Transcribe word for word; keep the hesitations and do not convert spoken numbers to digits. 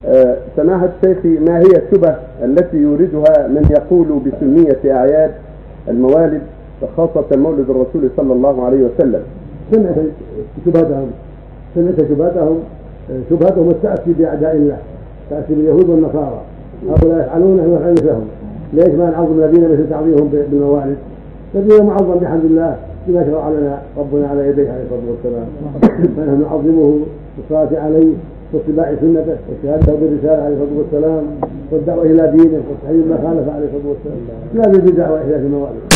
آه، سماحة الشيخ، ما هي الشبه التي يوردها من يقول بسنية أعياد الموالد خاصة مولد الرسول صلى الله عليه وسلم؟ سنة شبهتهم سنة شبهتهم شبهتهم التأسي بأعداء الله، تأسي باليهود والنصارى، هؤلاء يفعلون نحن نفعل مثلهم. ليش ما نعظم الذين مثل تعظيمهم بالموالد؟ الذين معظم بحمد الله بما شرع لنا ربنا على يديه عليه الصلاة والسلام، فنحن نعظمه بالصلاة عليه واتباع سنته والشهادة بالرسالة عليه الصلاة والسلام والدعوة إلى دينه والتحريم ما خالف عليه الصلاة والسلام، لا بالبدع وإحداث الموالد.